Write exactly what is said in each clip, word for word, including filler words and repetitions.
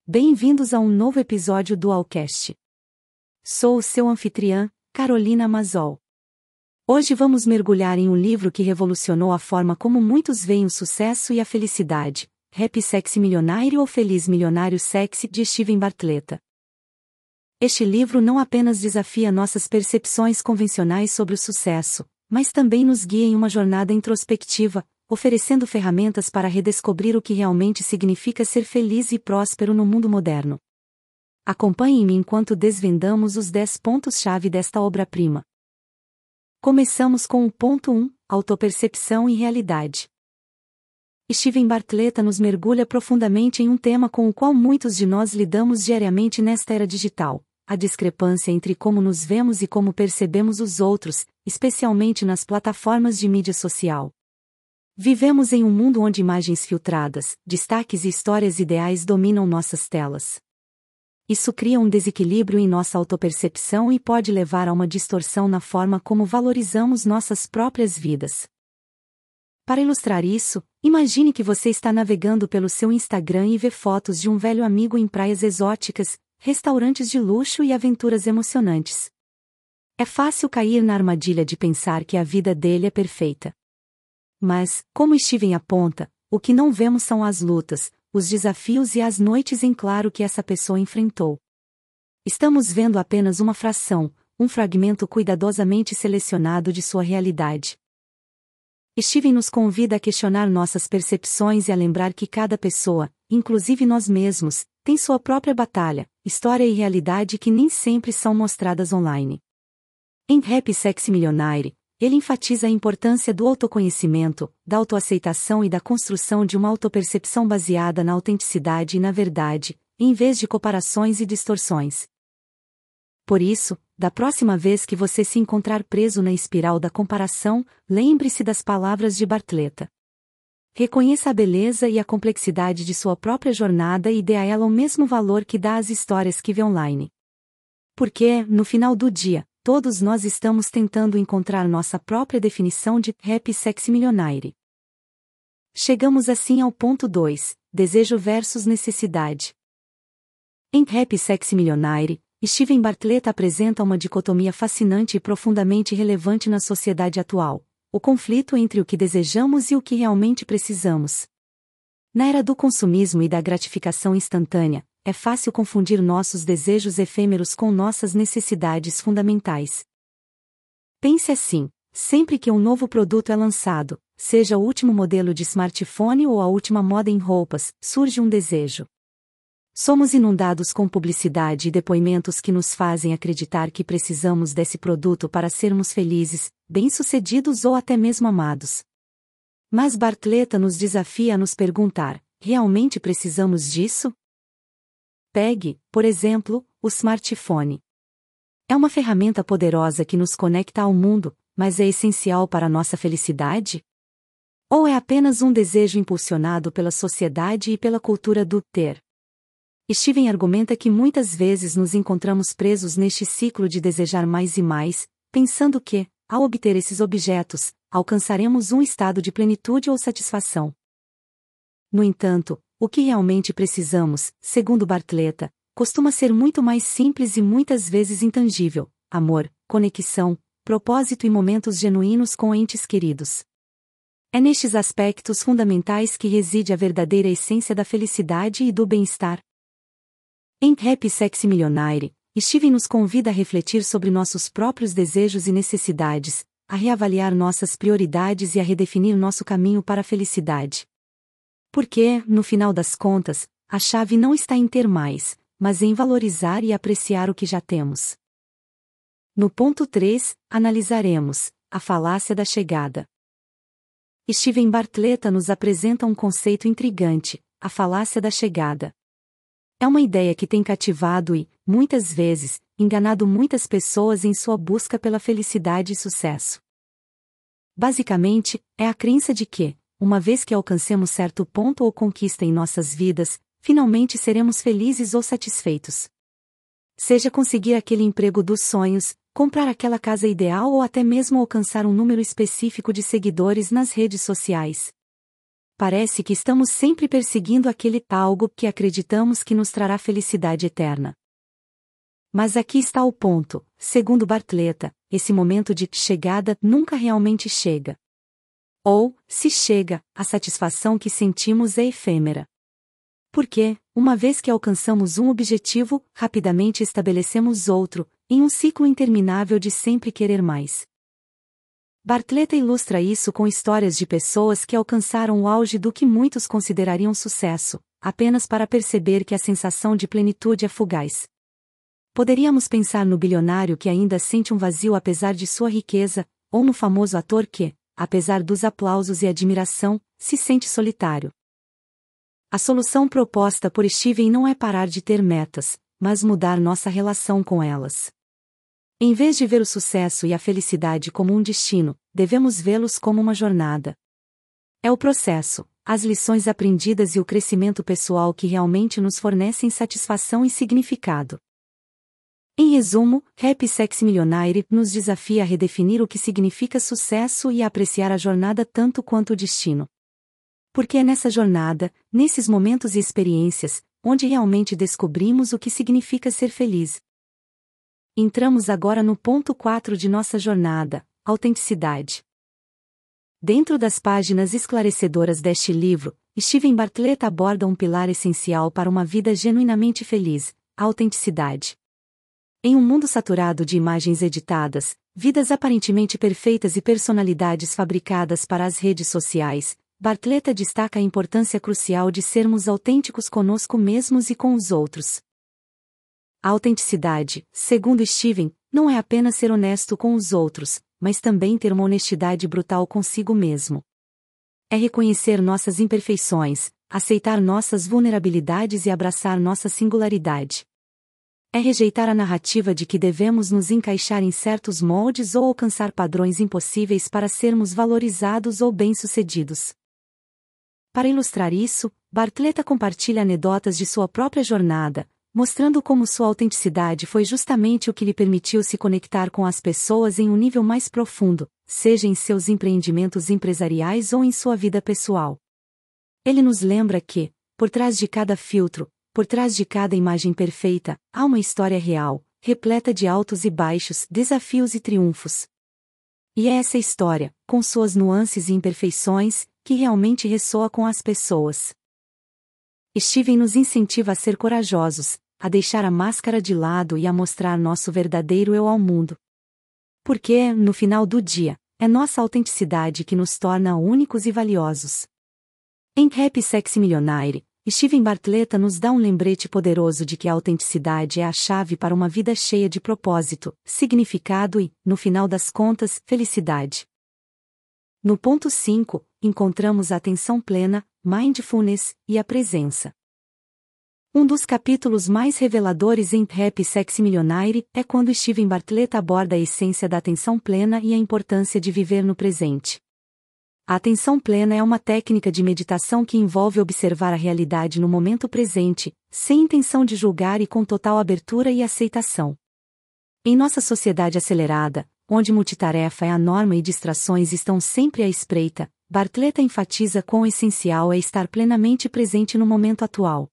Bem-vindos a um novo episódio do Alcast. Sou o seu anfitriã, Carolina Mazol. Hoje vamos mergulhar em um livro que revolucionou a forma como muitos veem o sucesso e a felicidade, Happy Sexy Milionário ou Feliz Milionário Sexy, de Steven Bartlett. Este livro não apenas desafia nossas percepções convencionais sobre o sucesso, mas também nos guia em uma jornada introspectiva, oferecendo ferramentas para redescobrir o que realmente significa ser feliz e próspero no mundo moderno. Acompanhe-me enquanto desvendamos os dez pontos-chave desta obra-prima. Começamos com o ponto um, autopercepção e realidade. Steven Bartlett nos mergulha profundamente em um tema com o qual muitos de nós lidamos diariamente nesta era digital: a discrepância entre como nos vemos e como percebemos os outros, especialmente nas plataformas de mídia social. Vivemos em um mundo onde imagens filtradas, destaques e histórias ideais dominam nossas telas. Isso cria um desequilíbrio em nossa autopercepção e pode levar a uma distorção na forma como valorizamos nossas próprias vidas. Para ilustrar isso, imagine que você está navegando pelo seu Instagram e vê fotos de um velho amigo em praias exóticas, restaurantes de luxo e aventuras emocionantes. É fácil cair na armadilha de pensar que a vida dele é perfeita. Mas, como Steven aponta, o que não vemos são as lutas, os desafios e as noites em claro que essa pessoa enfrentou. Estamos vendo apenas uma fração, um fragmento cuidadosamente selecionado de sua realidade. Steven nos convida a questionar nossas percepções e a lembrar que cada pessoa, inclusive nós mesmos, tem sua própria batalha, história e realidade que nem sempre são mostradas online. Em Happy Sexy Milionário, ele enfatiza a importância do autoconhecimento, da autoaceitação e da construção de uma autopercepção baseada na autenticidade e na verdade, em vez de comparações e distorções. Por isso, da próxima vez que você se encontrar preso na espiral da comparação, lembre-se das palavras de Bartlett. Reconheça a beleza e a complexidade de sua própria jornada e dê a ela o mesmo valor que dá às histórias que vê online. Porque, no final do dia, todos nós estamos tentando encontrar nossa própria definição de Happy Sexy Milionário. Chegamos assim ao ponto dois, desejo versus necessidade. Em Happy Sexy Milionário, Steven Bartlett apresenta uma dicotomia fascinante e profundamente relevante na sociedade atual: o conflito entre o que desejamos e o que realmente precisamos. Na era do consumismo e da gratificação instantânea, é fácil confundir nossos desejos efêmeros com nossas necessidades fundamentais. Pense assim: sempre que um novo produto é lançado, seja o último modelo de smartphone ou a última moda em roupas, surge um desejo. Somos inundados com publicidade e depoimentos que nos fazem acreditar que precisamos desse produto para sermos felizes, bem-sucedidos ou até mesmo amados. Mas Bartlett nos desafia a nos perguntar: realmente precisamos disso? Pegue, por exemplo, o smartphone. É uma ferramenta poderosa que nos conecta ao mundo, mas é essencial para a nossa felicidade? Ou é apenas um desejo impulsionado pela sociedade e pela cultura do ter? Steven argumenta que muitas vezes nos encontramos presos neste ciclo de desejar mais e mais, pensando que, ao obter esses objetos, alcançaremos um estado de plenitude ou satisfação. No entanto, o que realmente precisamos, segundo Bartlett, costuma ser muito mais simples e muitas vezes intangível: amor, conexão, propósito e momentos genuínos com entes queridos. É nestes aspectos fundamentais que reside a verdadeira essência da felicidade e do bem-estar. Em Happy Sexy Milionário, Steven nos convida a refletir sobre nossos próprios desejos e necessidades, a reavaliar nossas prioridades e a redefinir nosso caminho para a felicidade. Porque, no final das contas, a chave não está em ter mais, mas em valorizar e apreciar o que já temos. No ponto três, analisaremos a falácia da chegada. Steven Bartlett nos apresenta um conceito intrigante: a falácia da chegada. É uma ideia que tem cativado e, muitas vezes, enganado muitas pessoas em sua busca pela felicidade e sucesso. Basicamente, é a crença de que, uma vez que alcancemos certo ponto ou conquista em nossas vidas, finalmente seremos felizes ou satisfeitos. Seja conseguir aquele emprego dos sonhos, comprar aquela casa ideal ou até mesmo alcançar um número específico de seguidores nas redes sociais. parece que estamos sempre perseguindo aquele algo que acreditamos que nos trará felicidade eterna. Mas aqui está o ponto: segundo Bartlett, esse momento de chegada nunca realmente chega. Ou, se chega, a satisfação que sentimos é efêmera. Porque, uma vez que alcançamos um objetivo, rapidamente estabelecemos outro, em um ciclo interminável de sempre querer mais. Bartlett ilustra isso com histórias de pessoas que alcançaram o auge do que muitos considerariam sucesso, apenas para perceber que a sensação de plenitude é fugaz. Poderíamos pensar no bilionário que ainda sente um vazio apesar de sua riqueza, ou no famoso ator que, apesar dos aplausos e admiração, se sente solitário. A solução proposta por Steven não é parar de ter metas, mas mudar nossa relação com elas. Em vez de ver o sucesso e a felicidade como um destino, devemos vê-los como uma jornada. É o processo, as lições aprendidas e o crescimento pessoal que realmente nos fornecem satisfação e significado. Em resumo, Happy Sexy Millionaire nos desafia a redefinir o que significa sucesso e a apreciar a jornada tanto quanto o destino. Porque é nessa jornada, nesses momentos e experiências, onde realmente descobrimos o que significa ser feliz. Entramos agora no ponto quatro de nossa jornada: autenticidade. Dentro das páginas esclarecedoras deste livro, Steven Bartlett aborda um pilar essencial para uma vida genuinamente feliz: a autenticidade. Em um mundo saturado de imagens editadas, vidas aparentemente perfeitas e personalidades fabricadas para as redes sociais, Bartlett destaca a importância crucial de sermos autênticos conosco mesmos e com os outros. A autenticidade, segundo Steven, não é apenas ser honesto com os outros, mas também ter uma honestidade brutal consigo mesmo. É reconhecer nossas imperfeições, aceitar nossas vulnerabilidades e abraçar nossa singularidade. É rejeitar a narrativa de que devemos nos encaixar em certos moldes ou alcançar padrões impossíveis para sermos valorizados ou bem-sucedidos. Para ilustrar isso, Bartlett compartilha anedotas de sua própria jornada, mostrando como sua autenticidade foi justamente o que lhe permitiu se conectar com as pessoas em um nível mais profundo, seja em seus empreendimentos empresariais ou em sua vida pessoal. Ele nos lembra que, por trás de cada filtro, por trás de cada imagem perfeita, há uma história real, repleta de altos e baixos, desafios e triunfos. E é essa história, com suas nuances e imperfeições, que realmente ressoa com as pessoas. Steven nos incentiva a ser corajosos, a deixar a máscara de lado e a mostrar nosso verdadeiro eu ao mundo. Porque, no final do dia, é nossa autenticidade que nos torna únicos e valiosos. Em Happy Sexy Millionaire, Steven Bartlett nos dá um lembrete poderoso de que a autenticidade é a chave para uma vida cheia de propósito, significado e, no final das contas, felicidade. No ponto cinco, encontramos a atenção plena, mindfulness e a presença. Um dos capítulos mais reveladores em Happy Sexy Millionaire é quando Steven Bartlett aborda a essência da atenção plena e a importância de viver no presente. A atenção plena é uma técnica de meditação que envolve observar a realidade no momento presente, sem intenção de julgar e com total abertura e aceitação. Em nossa sociedade acelerada, onde multitarefa é a norma e distrações estão sempre à espreita, Bartlett enfatiza quão essencial é estar plenamente presente no momento atual.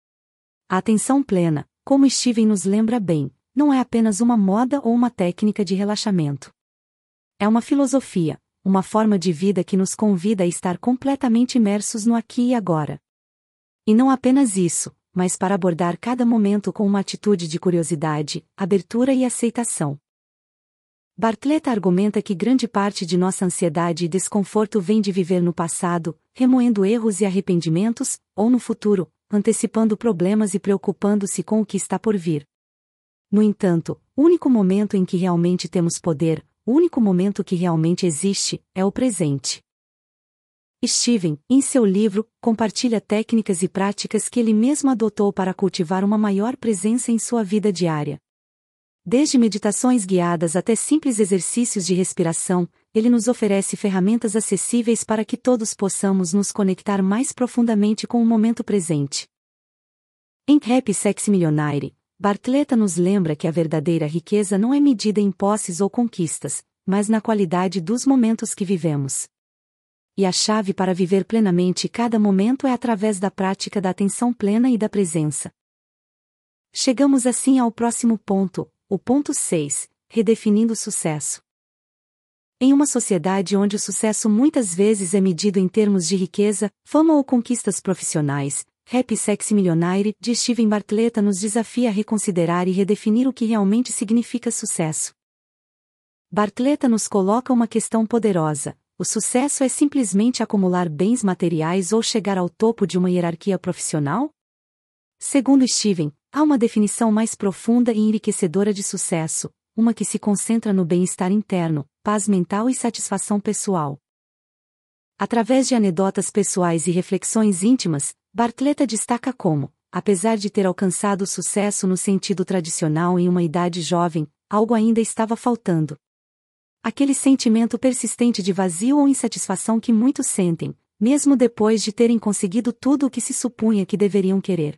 A atenção plena, como Steven nos lembra bem, não é apenas uma moda ou uma técnica de relaxamento. É uma filosofia, uma forma de vida que nos convida a estar completamente imersos no aqui e agora. E não apenas isso, mas para abordar cada momento com uma atitude de curiosidade, abertura e aceitação. Bartlett argumenta que grande parte de nossa ansiedade e desconforto vem de viver no passado, remoendo erros e arrependimentos, ou no futuro, antecipando problemas e preocupando-se com o que está por vir. No entanto, o único momento em que realmente temos poder, o único momento que realmente existe, é o presente. Steven, em seu livro, compartilha técnicas e práticas que ele mesmo adotou para cultivar uma maior presença em sua vida diária. Desde meditações guiadas até simples exercícios de respiração, ele nos oferece ferramentas acessíveis para que todos possamos nos conectar mais profundamente com o momento presente. Em Happy Sexy Millionaire, Bartlett nos lembra que a verdadeira riqueza não é medida em posses ou conquistas, mas na qualidade dos momentos que vivemos. e a chave para viver plenamente cada momento é através da prática da atenção plena e da presença. Chegamos assim ao próximo ponto, o ponto seis, redefinindo o sucesso. Em uma sociedade onde o sucesso muitas vezes é medido em termos de riqueza, fama ou conquistas profissionais, Happy Sexy Millionaire, de Steven Bartlett nos desafia a reconsiderar e redefinir o que realmente significa sucesso. Bartlett nos coloca uma questão poderosa: o sucesso é simplesmente acumular bens materiais ou chegar ao topo de uma hierarquia profissional? Segundo Steven, há uma definição mais profunda e enriquecedora de sucesso, uma que se concentra no bem-estar interno, paz mental e satisfação pessoal. Através de anedotas pessoais e reflexões íntimas, Bartlett destaca como, apesar de ter alcançado o sucesso no sentido tradicional em uma idade jovem, algo ainda estava faltando. Aquele sentimento persistente de vazio ou insatisfação que muitos sentem, mesmo depois de terem conseguido tudo o que se supunha que deveriam querer.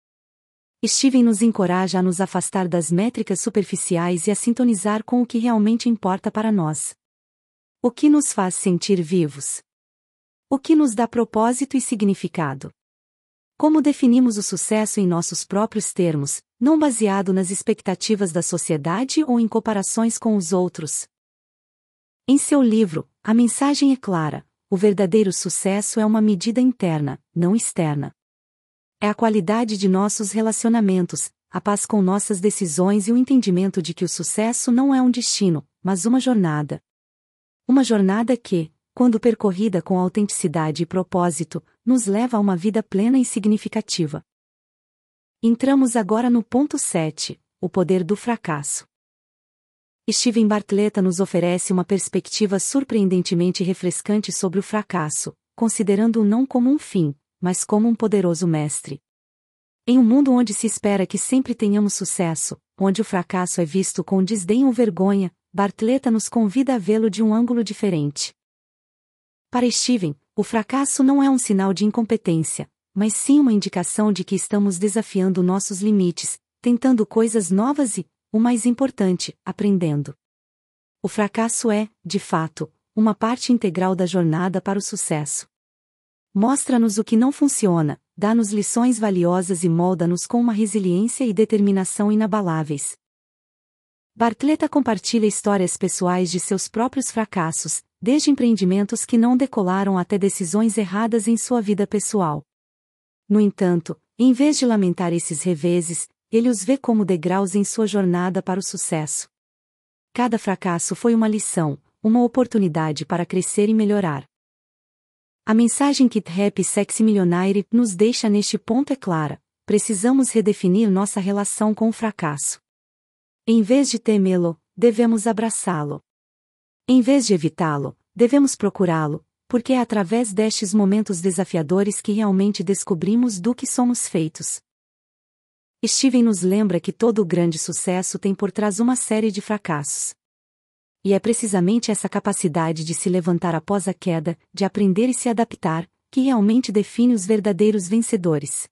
Steven nos encoraja a nos afastar das métricas superficiais e a sintonizar com o que realmente importa para nós. O que nos faz sentir vivos? O que nos dá propósito e significado? Como definimos o sucesso em nossos próprios termos, não baseado nas expectativas da sociedade ou em comparações com os outros? Em seu livro, a mensagem é clara: o verdadeiro sucesso é uma medida interna, não externa. É a qualidade de nossos relacionamentos, a paz com nossas decisões e o entendimento de que o sucesso não é um destino, mas uma jornada. Uma jornada que, quando percorrida com autenticidade e propósito, nos leva a uma vida plena e significativa. Entramos agora no ponto sete, o poder do fracasso. Steven Bartlett nos oferece uma perspectiva surpreendentemente refrescante sobre o fracasso, considerando-o não como um fim, mas como um poderoso mestre. Em um mundo onde se espera que sempre tenhamos sucesso, onde o fracasso é visto com desdém ou vergonha, Bartlett nos convida a vê-lo de um ângulo diferente. Para Steven, o fracasso não é um sinal de incompetência, mas sim uma indicação de que estamos desafiando nossos limites, tentando coisas novas e, o mais importante, aprendendo. O fracasso é, de fato, uma parte integral da jornada para o sucesso. Mostra-nos o que não funciona, dá-nos lições valiosas e molda-nos com uma resiliência e determinação inabaláveis. Bartlett compartilha histórias pessoais de seus próprios fracassos, desde empreendimentos que não decolaram até decisões erradas em sua vida pessoal. No entanto, em vez de lamentar esses reveses, ele os vê como degraus em sua jornada para o sucesso. Cada fracasso foi uma lição, uma oportunidade para crescer e melhorar. A mensagem que Happy Sexy Millionaire nos deixa neste ponto é clara: precisamos redefinir nossa relação com o fracasso. Em vez de temê-lo, devemos abraçá-lo. Em vez de evitá-lo, devemos procurá-lo, porque é através destes momentos desafiadores que realmente descobrimos do que somos feitos. Steven nos lembra que todo o grande sucesso tem por trás uma série de fracassos. E é precisamente essa capacidade de se levantar após a queda, de aprender e se adaptar, que realmente define os verdadeiros vencedores.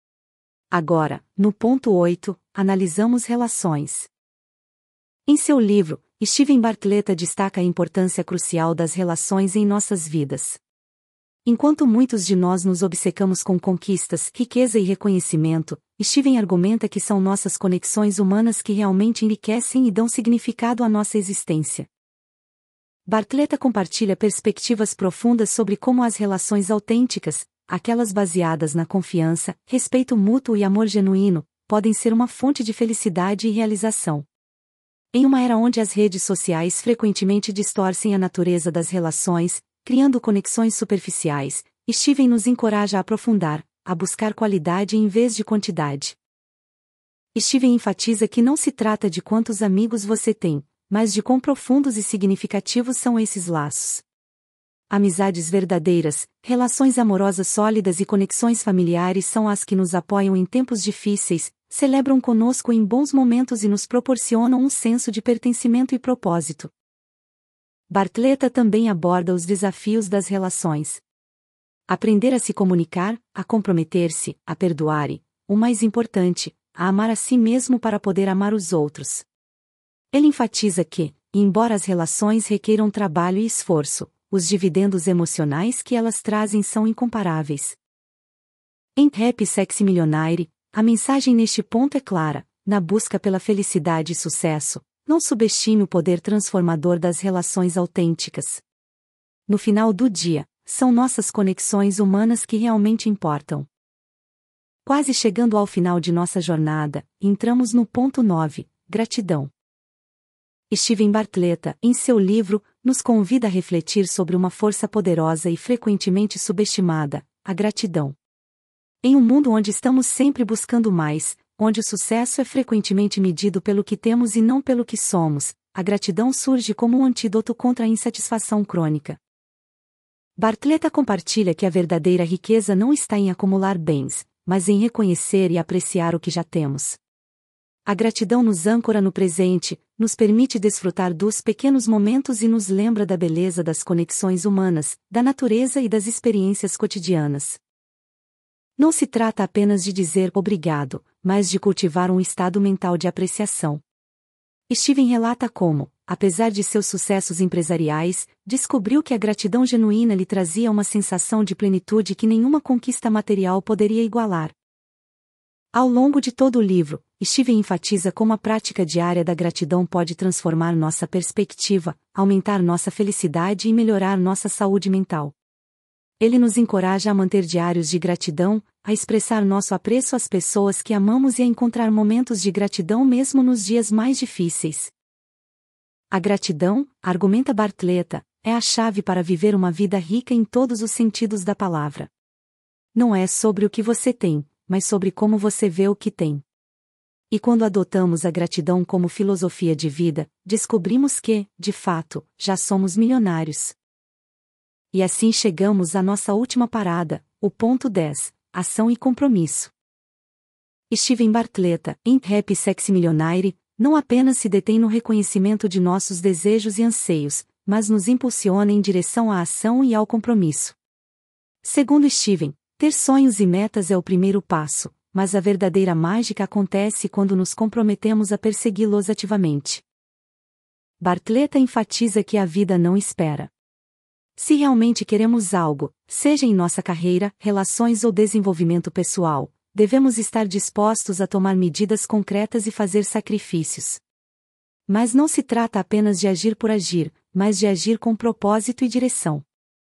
Agora, no ponto oito, analisamos relações. Em seu livro, Steven Bartlett destaca a importância crucial das relações em nossas vidas. Enquanto muitos de nós nos obcecamos com conquistas, riqueza e reconhecimento, Steven argumenta que são nossas conexões humanas que realmente enriquecem e dão significado à nossa existência. Bartlett compartilha perspectivas profundas sobre como as relações autênticas, aquelas baseadas na confiança, respeito mútuo e amor genuíno, podem ser uma fonte de felicidade e realização. Em uma era onde as redes sociais frequentemente distorcem a natureza das relações, criando conexões superficiais, Steven nos encoraja a aprofundar, a buscar qualidade em vez de quantidade. Steven enfatiza que não se trata de quantos amigos você tem, mas de quão profundos e significativos são esses laços. Amizades verdadeiras, relações amorosas sólidas e conexões familiares são as que nos apoiam em tempos difíceis, celebram conosco em bons momentos e nos proporcionam um senso de pertencimento e propósito. Bartlett também aborda os desafios das relações. Aprender a se comunicar, a comprometer-se, a perdoar e, o mais importante, a amar a si mesmo para poder amar os outros. Ele enfatiza que, embora as relações requeiram trabalho e esforço, os dividendos emocionais que elas trazem são incomparáveis. Em Happy Sexy Millionaire, a mensagem neste ponto é clara: na busca pela felicidade e sucesso, não subestime o poder transformador das relações autênticas. No final do dia, são nossas conexões humanas que realmente importam. Quase chegando ao final de nossa jornada, entramos no ponto nove, gratidão. Steven Bartlett, em seu livro, nos convida a refletir sobre uma força poderosa e frequentemente subestimada, a gratidão. Em um mundo onde estamos sempre buscando mais, onde o sucesso é frequentemente medido pelo que temos e não pelo que somos, a gratidão surge como um antídoto contra a insatisfação crônica. Bartlett compartilha que a verdadeira riqueza não está em acumular bens, mas em reconhecer e apreciar o que já temos. A gratidão nos âncora no presente, nos permite desfrutar dos pequenos momentos e nos lembra da beleza das conexões humanas, da natureza e das experiências cotidianas. Não se trata apenas de dizer obrigado, mas de cultivar um estado mental de apreciação. Steven relata como, apesar de seus sucessos empresariais, descobriu que a gratidão genuína lhe trazia uma sensação de plenitude que nenhuma conquista material poderia igualar. Ao longo de todo o livro, Steven enfatiza como a prática diária da gratidão pode transformar nossa perspectiva, aumentar nossa felicidade e melhorar nossa saúde mental. Ele nos encoraja a manter diários de gratidão, a expressar nosso apreço às pessoas que amamos e a encontrar momentos de gratidão mesmo nos dias mais difíceis. A gratidão, argumenta Bartlett, é a chave para viver uma vida rica em todos os sentidos da palavra. Não é sobre o que você tem, mas sobre como você vê o que tem. E quando adotamos a gratidão como filosofia de vida, descobrimos que, de fato, já somos milionários. E assim chegamos à nossa última parada, o ponto dez, ação e compromisso. Steven Bartlett, em Happy Sexy Millionaire, não apenas se detém no reconhecimento de nossos desejos e anseios, mas nos impulsiona em direção à ação e ao compromisso. Segundo Steven, ter sonhos e metas é o primeiro passo, mas a verdadeira mágica acontece quando nos comprometemos a persegui-los ativamente. Bartlett enfatiza que a vida não espera. Se realmente queremos algo, seja em nossa carreira, relações ou desenvolvimento pessoal, devemos estar dispostos a tomar medidas concretas e fazer sacrifícios. Mas não se trata apenas de agir por agir, mas de agir com propósito e direção.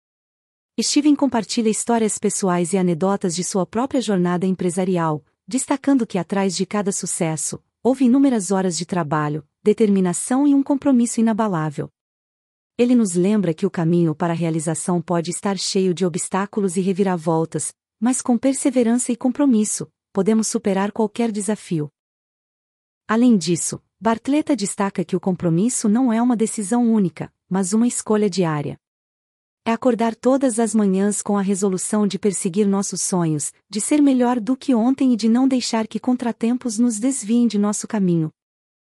Steven compartilha histórias pessoais e anedotas de sua própria jornada empresarial, destacando que atrás de cada sucesso, houve inúmeras horas de trabalho, determinação e um compromisso inabalável. Ele nos lembra que o caminho para a realização pode estar cheio de obstáculos e reviravoltas, mas com perseverança e compromisso, podemos superar qualquer desafio. Além disso, Bartlett destaca que o compromisso não é uma decisão única, mas uma escolha diária. É acordar todas as manhãs com a resolução de perseguir nossos sonhos, de ser melhor do que ontem e de não deixar que contratempos nos desviem de nosso caminho.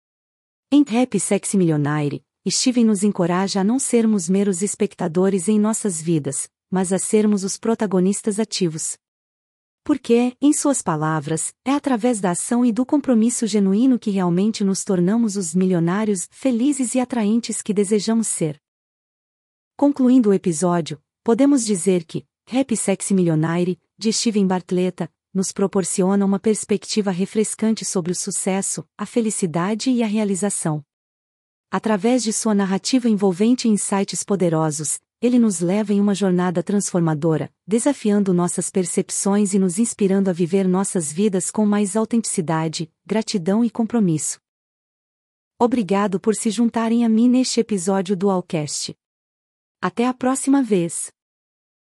Em Happy Sexy Millionaire, Steven nos encoraja a não sermos meros espectadores em nossas vidas, mas a sermos os protagonistas ativos. Porque, em suas palavras, é através da ação e do compromisso genuíno que realmente nos tornamos os milionários, felizes e atraentes que desejamos ser. Concluindo o episódio, podemos dizer que Happy Sexy Millionaire, de Steven Bartlett, nos proporciona uma perspectiva refrescante sobre o sucesso, a felicidade e a realização. Através de sua narrativa envolvente e insights poderosos, ele nos leva em uma jornada transformadora, desafiando nossas percepções e nos inspirando a viver nossas vidas com mais autenticidade, gratidão e compromisso. Obrigado por se juntarem a mim neste episódio do Allcast. Até a próxima vez!